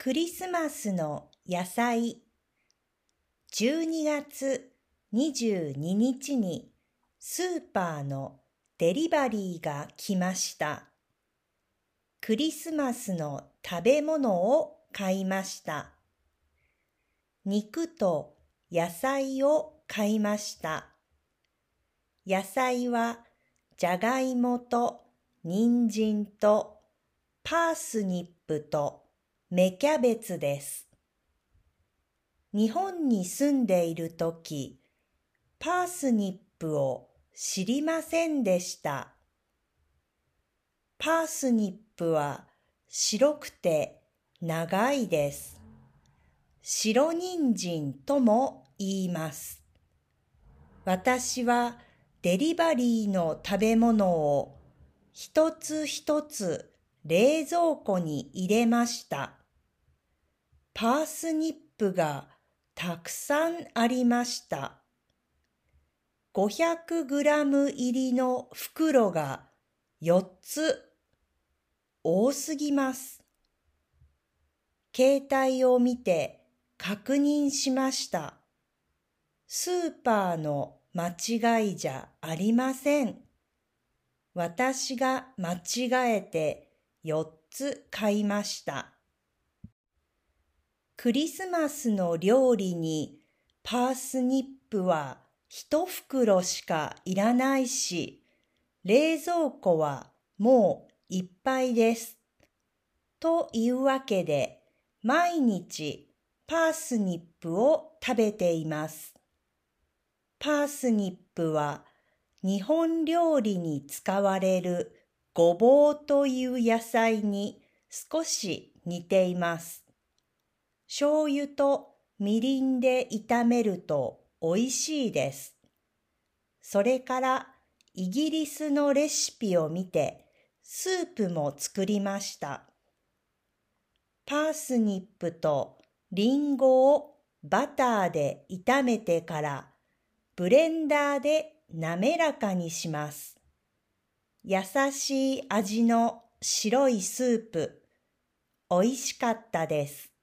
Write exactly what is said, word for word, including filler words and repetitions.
クリスマスの野菜。じゅうにがつにじゅうににちにスーパーのデリバリーが来ました。クリスマスの食べ物を買いました。肉と野菜を買いました。野菜はじゃがいもと人参とパースニップと芽キャベツです。日本に住んでいるとき、パースニップを知りませんでした。パースニップは白くて長いです。白人参とも言います。私はデリバリーの食べ物を一つ一つ冷蔵庫に入れました。パースニップがたくさんありました。ごひゃくグラム入りの袋がよっつ。多すぎます。携帯を見て確認しました。スーパーの間違いじゃありません。私が間違えてよっつ買いました。クリスマスの料理にパースニップは一袋しかいらないし、冷蔵庫はもういっぱいです。というわけで、毎日パースニップを食べています。パースニップは日本料理に使われるごぼうという野菜に少し似ています。醤油とみりんで炒めるとおいしいです。それからイギリスのレシピを見てスープも作りました。パースニップとリンゴをバターで炒めてからブレンダーで滑らかにします。優しい味の白いスープ、おいしかったです。